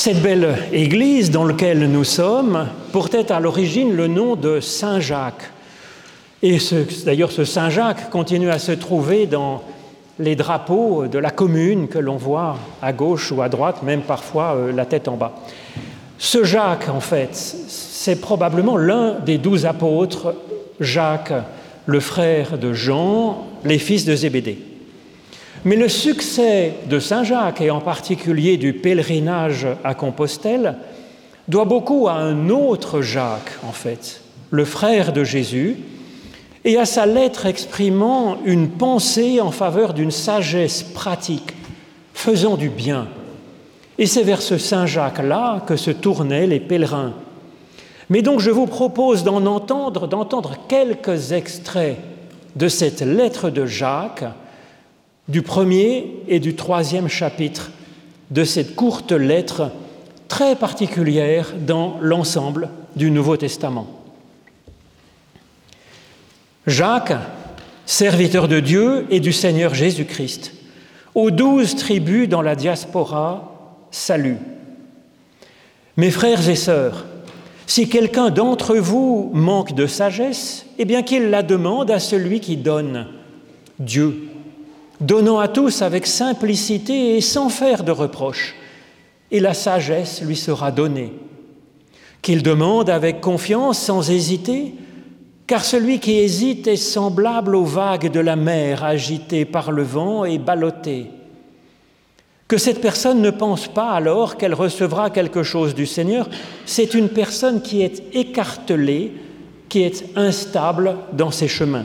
Cette belle église dans laquelle nous sommes portait à l'origine le nom de Saint-Jacques. Et d'ailleurs, ce Saint-Jacques continue à se trouver dans les drapeaux de la commune que l'on voit à gauche ou à droite, même parfois la tête en bas. Ce Jacques, en fait, c'est probablement l'un des 12 apôtres, Jacques, le frère de Jean, les fils de Zébédée. Mais le succès de Saint-Jacques, et en particulier du pèlerinage à Compostelle, doit beaucoup à un autre Jacques, en fait, le frère de Jésus, et à sa lettre exprimant une pensée en faveur d'une sagesse pratique, faisant du bien. Et c'est vers ce Saint-Jacques-là que se tournaient les pèlerins. Mais donc je vous propose d'entendre quelques extraits de cette lettre de Jacques, du 1er et du 3e chapitre de cette courte lettre très particulière dans l'ensemble du Nouveau Testament. Jacques, serviteur de Dieu et du Seigneur Jésus-Christ, aux 12 tribus dans la diaspora, salut. Mes frères et sœurs, si quelqu'un d'entre vous manque de sagesse, eh bien qu'il la demande à celui qui donne, Dieu, donnant à tous avec simplicité et sans faire de reproches, et la sagesse lui sera donnée. Qu'il demande avec confiance, sans hésiter, car celui qui hésite est semblable aux vagues de la mer agitées par le vent et ballottées. Que cette personne ne pense pas alors qu'elle recevra quelque chose du Seigneur, c'est une personne qui est écartelée, qui est instable dans ses chemins.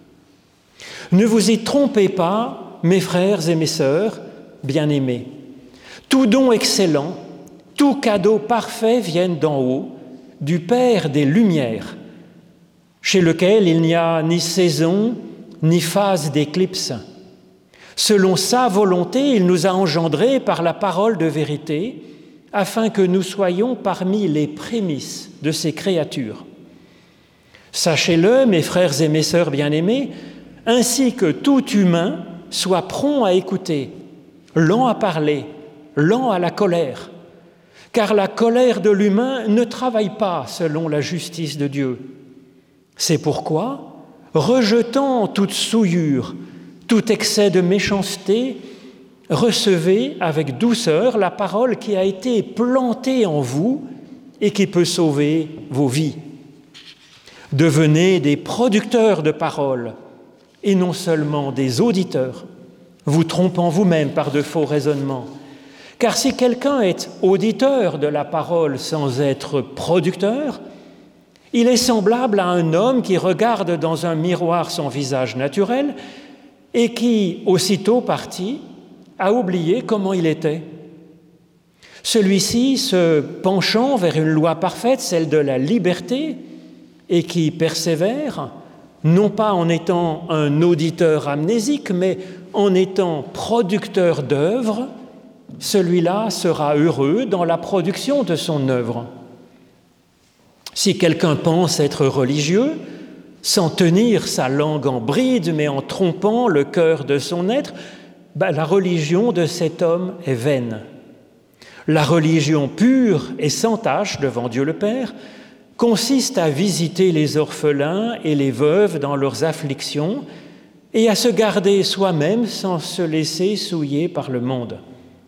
Ne vous y trompez pas, mes frères et mes sœurs, bien-aimés. Tout don excellent, tout cadeau parfait viennent d'en haut, du Père des Lumières, chez lequel il n'y a ni saison, ni phase d'éclipse. Selon sa volonté, il nous a engendrés par la parole de vérité, afin que nous soyons parmi les prémices de ses créatures. Sachez-le, mes frères et mes sœurs bien-aimés, ainsi que tout humain soit prompt à écouter, lent à parler, lent à la colère, car la colère de l'humain ne travaille pas selon la justice de Dieu. C'est pourquoi, rejetant toute souillure, tout excès de méchanceté, recevez avec douceur la parole qui a été plantée en vous et qui peut sauver vos vies. Devenez des producteurs de paroles et non seulement des auditeurs, vous trompant vous-même par de faux raisonnements. Car si quelqu'un est auditeur de la parole sans être producteur, il est semblable à un homme qui regarde dans un miroir son visage naturel et qui, aussitôt parti, a oublié comment il était. Celui-ci, se penchant vers une loi parfaite, celle de la liberté, et qui persévère, non pas en étant un auditeur amnésique, mais en étant producteur d'œuvres, celui-là sera heureux dans la production de son œuvre. Si quelqu'un pense être religieux, sans tenir sa langue en bride, mais en trompant le cœur de son être, la religion de cet homme est vaine. La religion pure et sans tache devant Dieu le Père consiste à visiter les orphelins et les veuves dans leurs afflictions et à se garder soi-même sans se laisser souiller par le monde.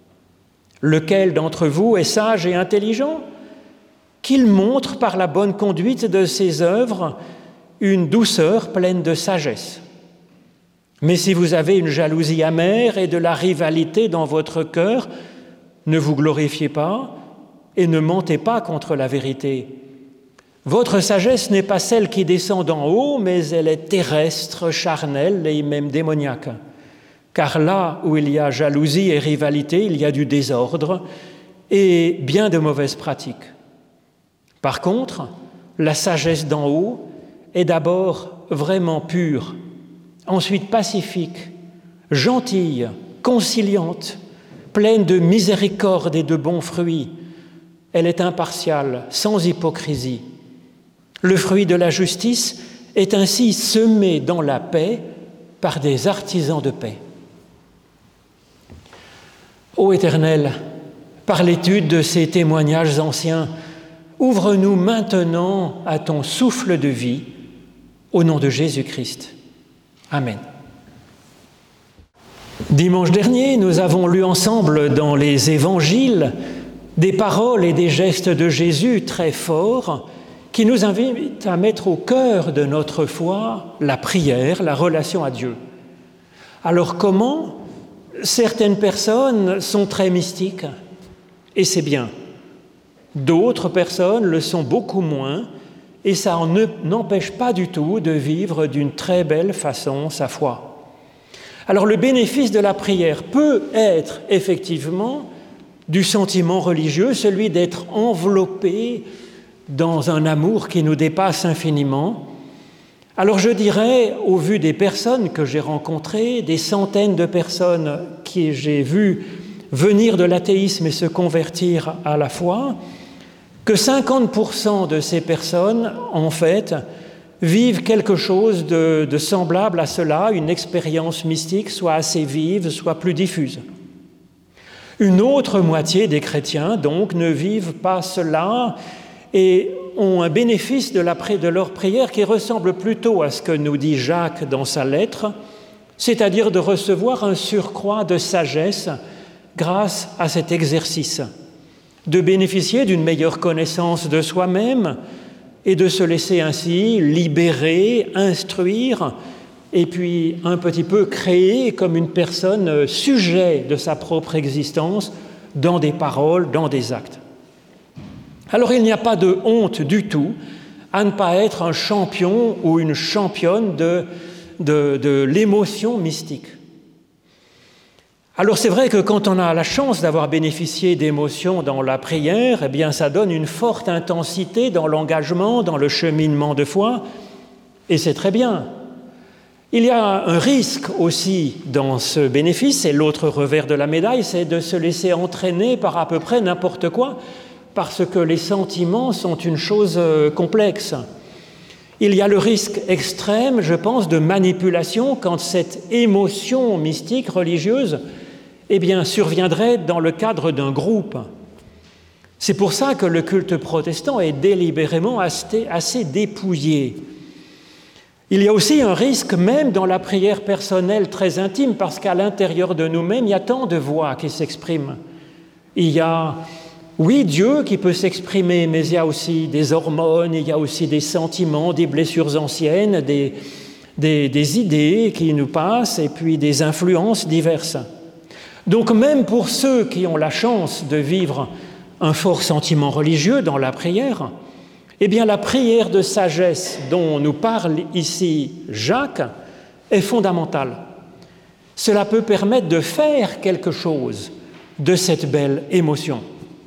Lequel d'entre vous est sage et intelligent ? Qu'il montre par la bonne conduite de ses œuvres une douceur pleine de sagesse. Mais si vous avez une jalousie amère et de la rivalité dans votre cœur, ne vous glorifiez pas et ne mentez pas contre la vérité. Votre sagesse n'est pas celle qui descend d'en haut, mais elle est terrestre, charnelle et même démoniaque. Car là où il y a jalousie et rivalité, il y a du désordre et bien de mauvaises pratiques. Par contre, la sagesse d'en haut est d'abord vraiment pure, ensuite pacifique, gentille, conciliante, pleine de miséricorde et de bons fruits. Elle est impartiale, sans hypocrisie. Le fruit de la justice est ainsi semé dans la paix par des artisans de paix. Ô Éternel, par l'étude de ces témoignages anciens. Ouvre-nous maintenant à ton souffle de vie, au nom de Jésus-Christ. Amen. Dimanche dernier, nous avons lu ensemble dans les évangiles des paroles et des gestes de Jésus très forts qui nous invitent à mettre au cœur de notre foi la prière, la relation à Dieu. Alors comment? Certaines personnes sont très mystiques, et c'est bien. D'autres personnes le sont beaucoup moins, et ça n'empêche pas du tout de vivre d'une très belle façon sa foi. Alors le bénéfice de la prière peut être effectivement du sentiment religieux, celui d'être enveloppé dans un amour qui nous dépasse infiniment. Alors je dirais, au vu des personnes que j'ai rencontrées, des centaines de personnes que j'ai vues venir de l'athéisme et se convertir à la foi, que 50% de ces personnes, en fait, vivent quelque chose de semblable à cela, une expérience mystique, soit assez vive, soit plus diffuse. Une autre moitié des chrétiens, donc, ne vivent pas cela et ont un bénéfice de leur prière qui ressemble plutôt à ce que nous dit Jacques dans sa lettre, c'est-à-dire de recevoir un surcroît de sagesse grâce à cet exercice, de bénéficier d'une meilleure connaissance de soi-même et de se laisser ainsi libérer, instruire et puis un petit peu créer comme une personne sujet de sa propre existence dans des paroles, dans des actes. Alors il n'y a pas de honte du tout à ne pas être un champion ou une championne de l'émotion mystique. Alors c'est vrai que quand on a la chance d'avoir bénéficié d'émotions dans la prière, eh bien ça donne une forte intensité dans l'engagement, dans le cheminement de foi, et c'est très bien. Il y a un risque aussi dans ce bénéfice, et l'autre revers de la médaille, c'est de se laisser entraîner par à peu près n'importe quoi, parce que les sentiments sont une chose complexe. Il y a le risque extrême, je pense, de manipulation quand cette émotion mystique, religieuse, eh bien, surviendrait dans le cadre d'un groupe. C'est pour ça que le culte protestant est délibérément assez dépouillé. Il y a aussi un risque même dans la prière personnelle très intime, parce qu'à l'intérieur de nous-mêmes, il y a tant de voix qui s'expriment. Il y a, oui, Dieu qui peut s'exprimer, mais il y a aussi des hormones, il y a aussi des sentiments, des blessures anciennes, des idées qui nous passent, et puis des influences diverses. Donc même pour ceux qui ont la chance de vivre un fort sentiment religieux dans la prière, eh bien la prière de sagesse dont nous parle ici Jacques est fondamentale. Cela peut permettre de faire quelque chose de cette belle émotion.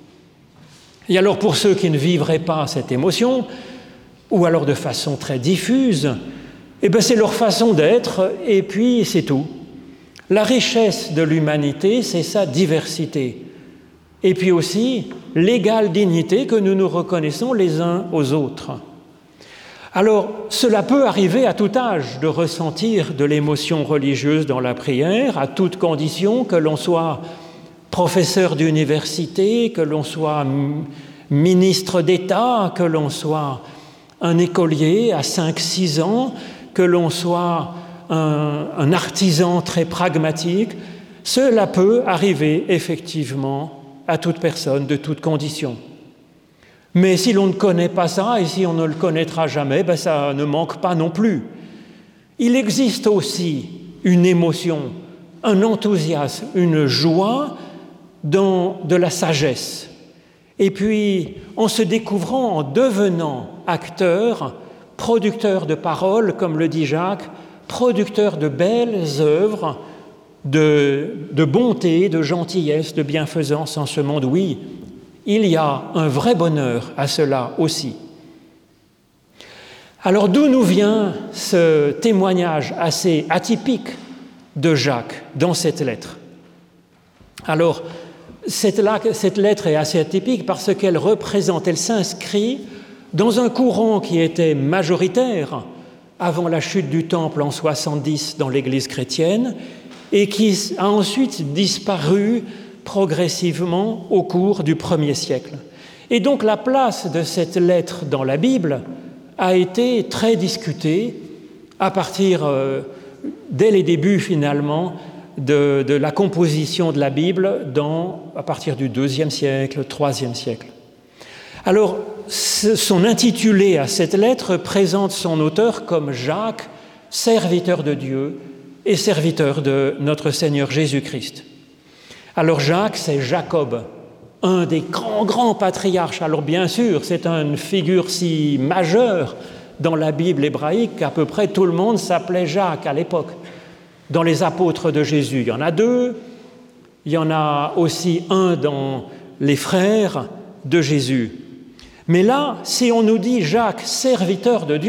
Et alors pour ceux qui ne vivraient pas cette émotion, ou alors de façon très diffuse, eh bien c'est leur façon d'être et puis c'est tout. La richesse de l'humanité, c'est sa diversité. Et puis aussi l'égale dignité que nous nous reconnaissons les uns aux autres. Alors, cela peut arriver à tout âge de ressentir de l'émotion religieuse dans la prière, à toute condition, que l'on soit professeur d'université, que l'on soit ministre d'État, que l'on soit un écolier à 5-6 ans, que l'on soit un artisan très pragmatique. Cela peut arriver effectivement à toute personne, de toute condition. Mais si l'on ne connaît pas ça, et si on ne le connaîtra jamais, ben ça ne manque pas non plus. Il existe aussi une émotion, un enthousiasme, une joie dans de la sagesse. Et puis, en se découvrant, en devenant acteur, producteur de paroles, comme le dit Jacques, producteur de belles œuvres, de bonté, de gentillesse, de bienfaisance en ce monde, oui, il y a un vrai bonheur à cela aussi. Alors d'où nous vient ce témoignage assez atypique de Jacques dans cette lettre? Alors, cette lettre est assez atypique parce qu'elle représente, elle s'inscrit dans un courant qui était majoritaire avant la chute du Temple en 70 dans l'Église chrétienne, et qui a ensuite disparu progressivement au cours du 1er siècle. Et donc la place de cette lettre dans la Bible a été très discutée à partir, dès les débuts finalement, de la composition de la Bible à partir du 2e siècle, 3e siècle. Alors, son intitulé à cette lettre présente son auteur comme Jacques, serviteur de Dieu et serviteur de notre Seigneur Jésus-Christ. Alors Jacques, c'est Jacob, un des grands patriarches. Alors bien sûr, c'est une figure si majeure dans la Bible hébraïque qu'à peu près tout le monde s'appelait Jacques à l'époque. Dans les apôtres de Jésus, il y en a 2, il y en a aussi un dans les frères de Jésus. Mais là, si on nous dit Jacques, serviteur de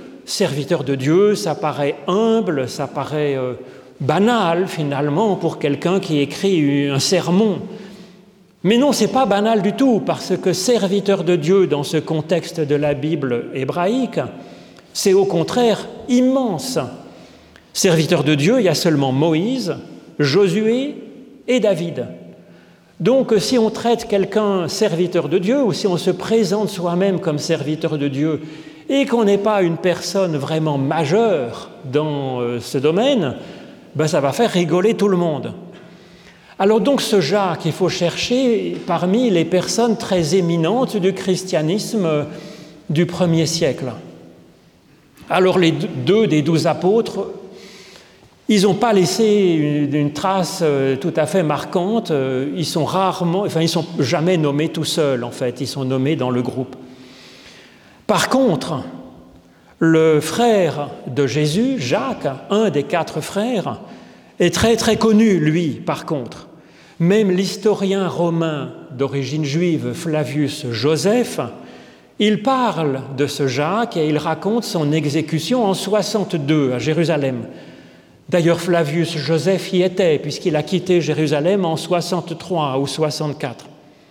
Dieu, ça paraît humble, ça paraît banal finalement pour quelqu'un qui écrit un sermon. Mais non, c'est pas banal du tout, parce que serviteur de Dieu dans ce contexte de la Bible hébraïque, c'est au contraire immense. Serviteur de Dieu, il y a seulement Moïse, Josué et David. Donc, si on traite quelqu'un serviteur de Dieu, ou si on se présente soi-même comme serviteur de Dieu, et qu'on n'est pas une personne vraiment majeure dans ce domaine, ça va faire rigoler tout le monde. Alors donc, ce Jacques, il faut chercher parmi les personnes très éminentes du christianisme du 1er siècle. Alors, les 2 des 12 apôtres, ils n'ont pas laissé une trace tout à fait marquante. Ils sont jamais nommés tout seuls, en fait. Ils sont nommés dans le groupe. Par contre, le frère de Jésus, Jacques, un des 4 frères, est très, très connu, lui, par contre. Même l'historien romain d'origine juive, Flavius Joseph, il parle de ce Jacques et il raconte son exécution en 62 à Jérusalem. D'ailleurs, Flavius Joseph y était, puisqu'il a quitté Jérusalem en 63 ou 64.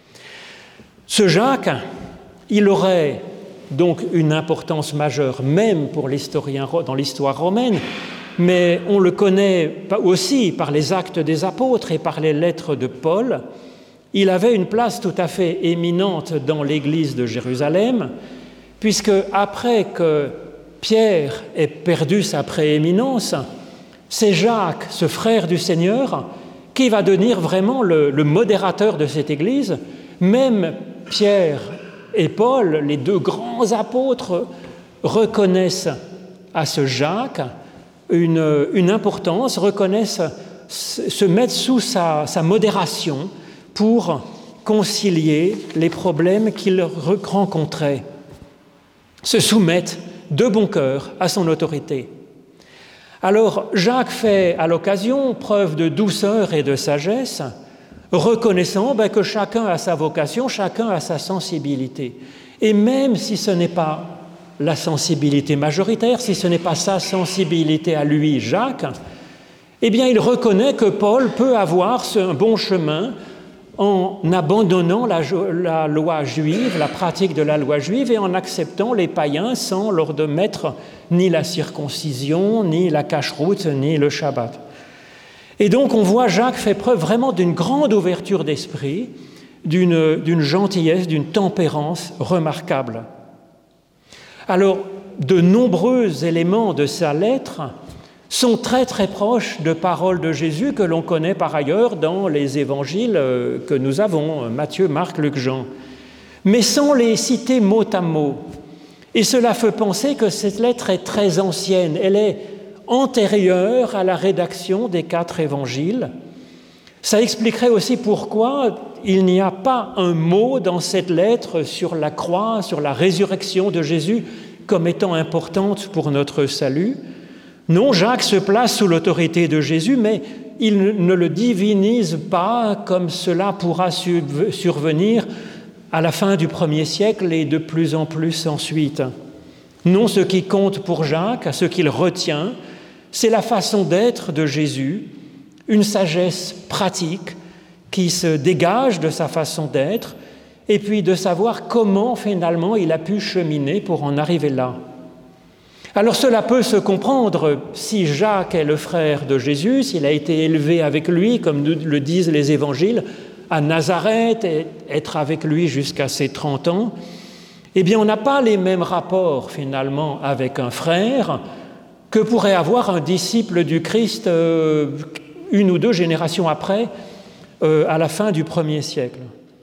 Ce Jacques, il aurait donc une importance majeure, même pour l'historien dans l'histoire romaine, mais on le connaît aussi par les actes des apôtres et par les lettres de Paul. Il avait une place tout à fait éminente dans l'église de Jérusalem, puisque après que Pierre ait perdu sa prééminence, c'est Jacques, ce frère du Seigneur, qui va devenir vraiment le modérateur de cette église. Même Pierre et Paul, les 2 grands apôtres, reconnaissent à ce Jacques une importance, reconnaissent se mettre sous sa modération pour concilier les problèmes qu'ils rencontraient, se soumettent de bon cœur à son autorité. Alors, Jacques fait à l'occasion preuve de douceur et de sagesse, reconnaissant que chacun a sa vocation, chacun a sa sensibilité. Et même si ce n'est pas la sensibilité majoritaire, si ce n'est pas sa sensibilité à lui, Jacques, eh bien, il reconnaît que Paul peut avoir un bon chemin en abandonnant la loi juive, la pratique de la loi juive, et en acceptant les païens sans leur mettre ni la circoncision, ni la cache-route, ni le Shabbat. Et donc on voit Jacques fait preuve vraiment d'une grande ouverture d'esprit, d'une gentillesse, d'une tempérance remarquable. Alors, de nombreux éléments de sa lettre sont très très proches de paroles de Jésus que l'on connaît par ailleurs dans les évangiles que nous avons, Matthieu, Marc, Luc, Jean, mais sans les citer mot à mot. Et cela fait penser que cette lettre est très ancienne, elle est antérieure à la rédaction des 4 évangiles. Ça expliquerait aussi pourquoi il n'y a pas un mot dans cette lettre sur la croix, sur la résurrection de Jésus comme étant importante pour notre salut. Non, Jacques se place sous l'autorité de Jésus, mais il ne le divinise pas comme cela pourra survenir à la fin du 1er siècle et de plus en plus ensuite. Non, ce qui compte pour Jacques, ce qu'il retient, c'est la façon d'être de Jésus, une sagesse pratique qui se dégage de sa façon d'être, et puis de savoir comment finalement il a pu cheminer pour en arriver là. Alors cela peut se comprendre si Jacques est le frère de Jésus, s'il a été élevé avec lui, comme le disent les évangiles, à Nazareth et être avec lui jusqu'à ses 30 ans, eh bien on n'a pas les mêmes rapports finalement avec un frère que pourrait avoir un disciple du Christ une ou deux générations après, à la fin du 1er siècle.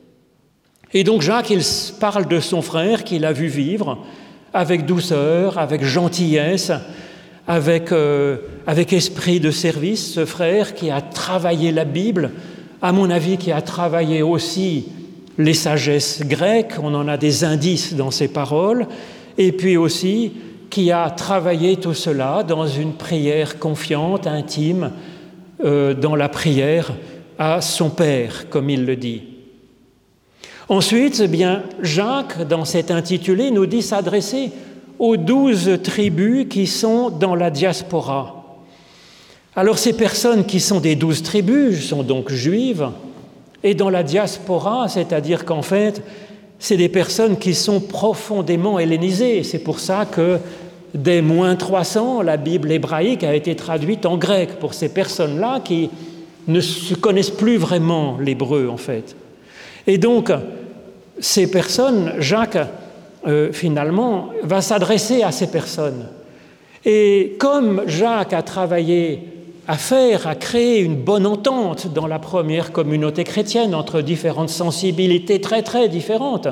Et donc Jacques, il parle de son frère qu'il a vu vivre avec douceur, avec gentillesse, avec esprit de service, ce frère qui a travaillé la Bible, à mon avis, qui a travaillé aussi les sagesses grecques, on en a des indices dans ses paroles, et puis aussi qui a travaillé tout cela dans une prière confiante, intime, dans la prière à son Père, comme il le dit. Ensuite, eh bien, Jacques, dans cet intitulé, nous dit s'adresser aux 12 tribus qui sont dans la diaspora. Alors ces personnes qui sont des 12 tribus sont donc juives, et dans la diaspora, c'est-à-dire qu'en fait, c'est des personnes qui sont profondément hellénisées. C'est pour ça que dès moins 300, la Bible hébraïque a été traduite en grec pour ces personnes-là qui ne se connaissent plus vraiment l'hébreu en fait. Et donc, ces personnes, Jacques, finalement, va s'adresser à ces personnes. Et comme Jacques a travaillé à créer une bonne entente dans la première communauté chrétienne entre différentes sensibilités très très différentes,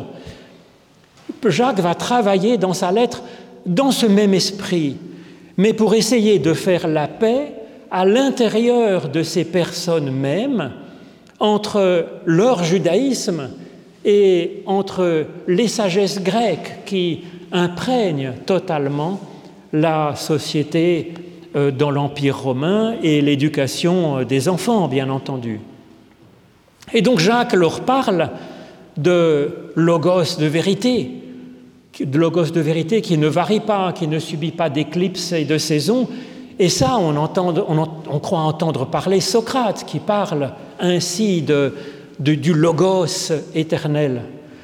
Jacques va travailler dans sa lettre dans ce même esprit, mais pour essayer de faire la paix à l'intérieur de ces personnes mêmes, entre leur judaïsme et entre les sagesses grecques qui imprègnent totalement la société dans l'Empire romain et l'éducation des enfants, bien entendu. Et donc Jacques leur parle de logos de vérité qui ne varie pas, qui ne subit pas d'éclipses et de saisons. Et ça, on croit entendre parler Socrate, qui parle ainsi du logos éternel.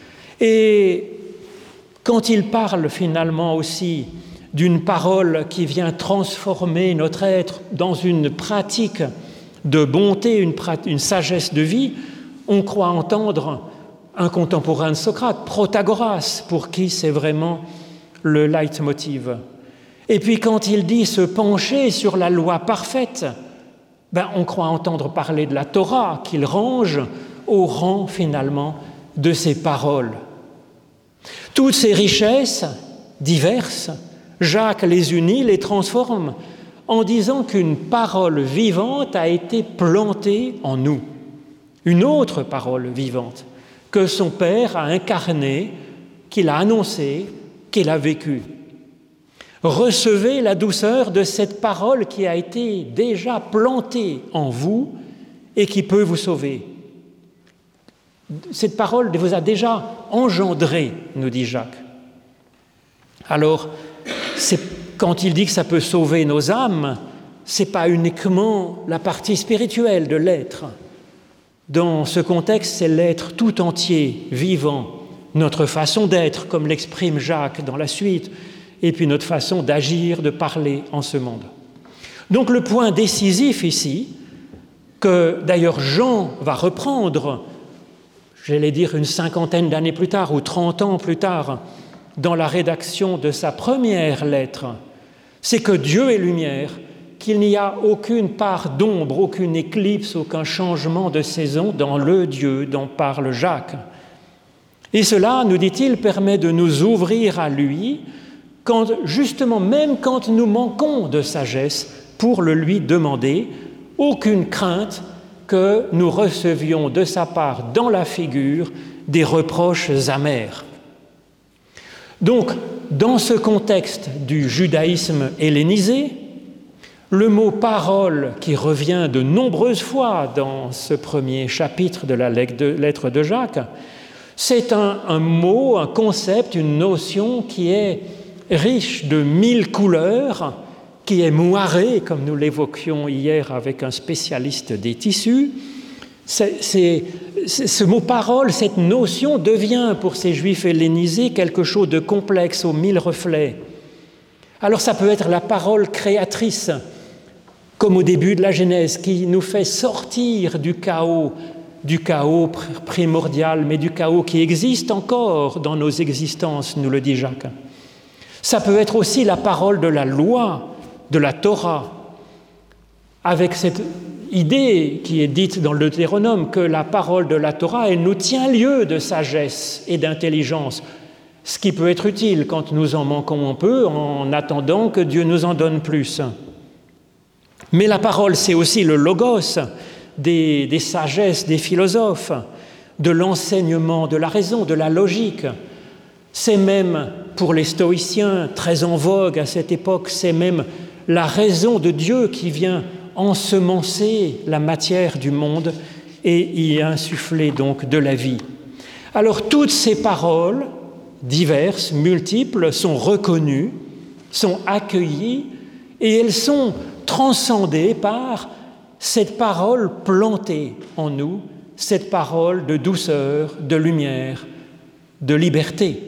Et quand il parle finalement aussi d'une parole qui vient transformer notre être dans une pratique de bonté, une sagesse de vie, on croit entendre un contemporain de Socrate, Protagoras, pour qui c'est vraiment le leitmotiv. Et puis quand il dit se pencher sur la loi parfaite, on croit entendre parler de la Torah qu'il range au rang finalement de ses paroles. Toutes ces richesses diverses, Jacques les unit, les transforme en disant qu'une parole vivante a été plantée en nous. Une autre parole vivante que son Père a incarnée, qu'il a annoncée, qu'il a vécue. Recevez la douceur de cette parole qui a été déjà plantée en vous et qui peut vous sauver. Cette parole vous a déjà engendré, nous dit Jacques. Alors, quand il dit que ça peut sauver nos âmes, ce n'est pas uniquement la partie spirituelle de l'être. Dans ce contexte, c'est l'être tout entier, vivant, notre façon d'être, comme l'exprime Jacques dans la suite, et puis notre façon d'agir, de parler en ce monde. Donc le point décisif ici, que d'ailleurs Jean va reprendre, j'allais dire une 50aine d'années plus tard ou 30 ans plus tard, dans la rédaction de sa première lettre, c'est que Dieu est lumière, qu'il n'y a aucune part d'ombre, aucune éclipse, aucun changement de saison dans le Dieu dont parle Jacques. Et cela, nous dit-il, permet de nous ouvrir à lui, justement, même quand nous manquons de sagesse, pour le lui demander, aucune crainte que nous recevions de sa part dans la figure des reproches amers. Donc, dans ce contexte du judaïsme hellénisé, le mot « parole » qui revient de nombreuses fois dans ce premier chapitre de la lettre de Jacques, c'est un mot, un concept, une notion qui est riche de 1000 couleurs, qui est moirée, comme nous l'évoquions hier avec un spécialiste des tissus. Ce mot « parole », cette notion devient pour ces juifs hellénisés quelque chose de complexe aux 1000 reflets. Alors ça peut être la parole créatrice, comme au début de la Genèse, qui nous fait sortir du chaos du chaos primordial, mais du chaos qui existe encore dans nos existences, nous le dit Jacques. Ça peut être aussi la parole de la loi, de la Torah, avec cette idée qui est dite dans le Deutéronome que la parole de la Torah, elle nous tient lieu de sagesse et d'intelligence, ce qui peut être utile quand nous en manquons un peu, en attendant que Dieu nous en donne plus. Mais la parole, c'est aussi le logos des sagesses des philosophes, de l'enseignement, de la raison, de la logique. C'est même, pour les stoïciens, très en vogue à cette époque, c'est même la raison de Dieu qui vient ensemencer la matière du monde et y insuffler donc de la vie. Alors toutes ces paroles, diverses, multiples, sont reconnues, sont accueillies et elles sont transcendées par cette parole plantée en nous, cette parole de douceur, de lumière, de liberté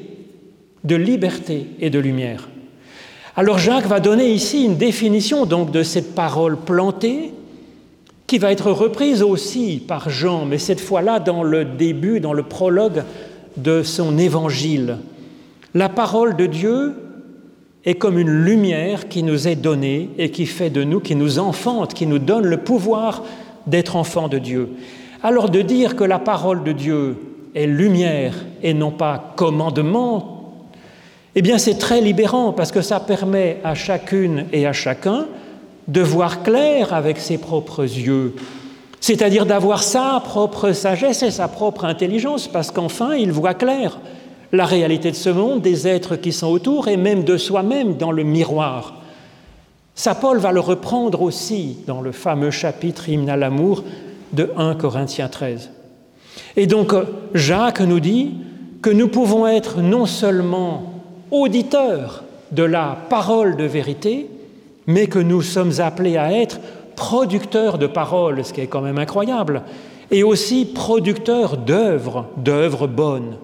et de lumière. Alors Jacques va donner ici une définition donc de cette parole plantée qui va être reprise aussi par Jean, mais cette fois-là dans le début, dans le prologue de son évangile. La parole de Dieu est comme une lumière qui nous est donnée et qui fait de nous, qui nous enfante, qui nous donne le pouvoir d'être enfants de Dieu. Alors de dire que la parole de Dieu est lumière et non pas commandement, eh bien c'est très libérant parce que ça permet à chacune et à chacun de voir clair avec ses propres yeux, c'est-à-dire d'avoir sa propre sagesse et sa propre intelligence, parce qu'enfin il voit clair la réalité de ce monde, des êtres qui sont autour et même de soi-même dans le miroir. Ça, Paul va le reprendre aussi dans le fameux chapitre Hymne à l'amour de 1 Corinthiens 13. Et donc Jacques nous dit que nous pouvons être non seulement auditeurs de la parole de vérité, mais que nous sommes appelés à être producteurs de paroles, ce qui est quand même incroyable, et aussi producteurs d'œuvres bonnes.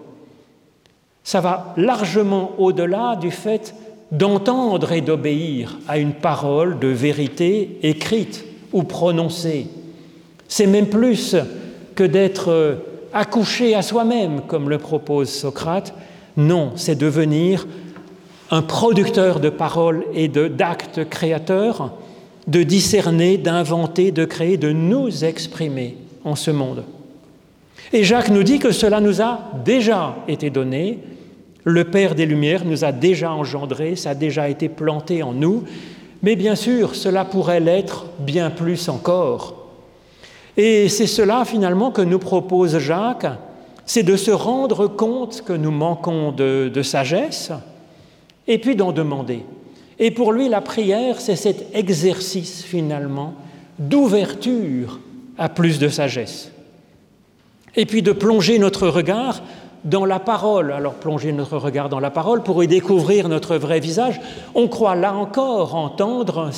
Ça va largement au-delà du fait d'entendre et d'obéir à une parole de vérité écrite ou prononcée. C'est même plus que d'être accouché à soi-même, comme le propose Socrate. Non, c'est devenir un producteur de paroles et d'actes créateurs, de discerner, d'inventer, de créer, de nous exprimer en ce monde. Et Jacques nous dit que cela nous a déjà été donné. Le Père des Lumières nous a déjà engendrés, ça a déjà été planté en nous, mais bien sûr, cela pourrait l'être bien plus encore. Et c'est cela finalement que nous propose Jacques, c'est de se rendre compte que nous manquons de sagesse et puis d'en demander. Et pour lui, la prière, c'est cet exercice finalement d'ouverture à plus de sagesse. Et puis de plonger notre regard dans la parole. Alors plonger notre regard dans la parole pour y découvrir notre vrai visage. On croit là encore entendre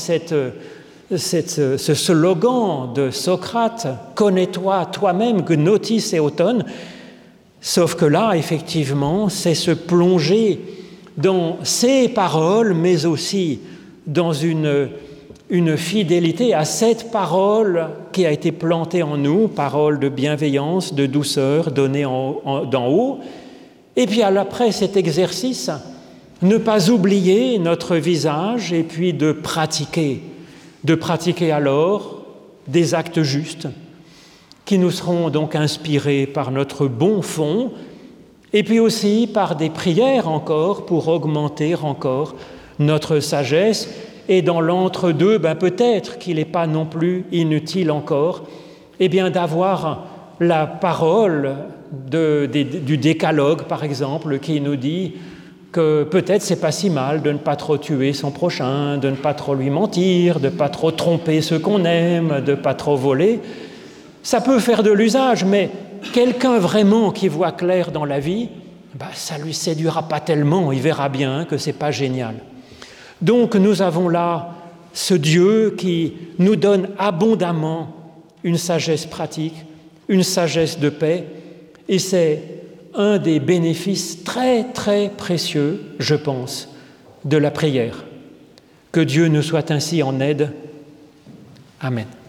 ce slogan de Socrate, « Connais-toi toi-même, gnotis eoton ». Sauf que là, effectivement, c'est se plonger dans ces paroles, mais aussi dans une fidélité à cette parole qui a été plantée en nous, parole de bienveillance, de douceur, donnée d'en haut. Et puis après cet exercice, ne pas oublier notre visage et puis de pratiquer alors des actes justes qui nous seront donc inspirés par notre bon fond et puis aussi par des prières encore pour augmenter encore notre sagesse. Et dans l'entre-deux, peut-être qu'il n'est pas non plus inutile encore d'avoir la parole du décalogue, par exemple, qui nous dit que peut-être c'est pas si mal de ne pas trop tuer son prochain, de ne pas trop lui mentir, de ne pas trop tromper ceux qu'on aime, de ne pas trop voler. Ça peut faire de l'usage, mais quelqu'un vraiment qui voit clair dans la vie, ça ne lui séduira pas tellement, il verra bien que ce n'est pas génial. Donc nous avons là ce Dieu qui nous donne abondamment une sagesse pratique, une sagesse de paix, et c'est un des bénéfices très très précieux, je pense, de la prière. Que Dieu nous soit ainsi en aide. Amen.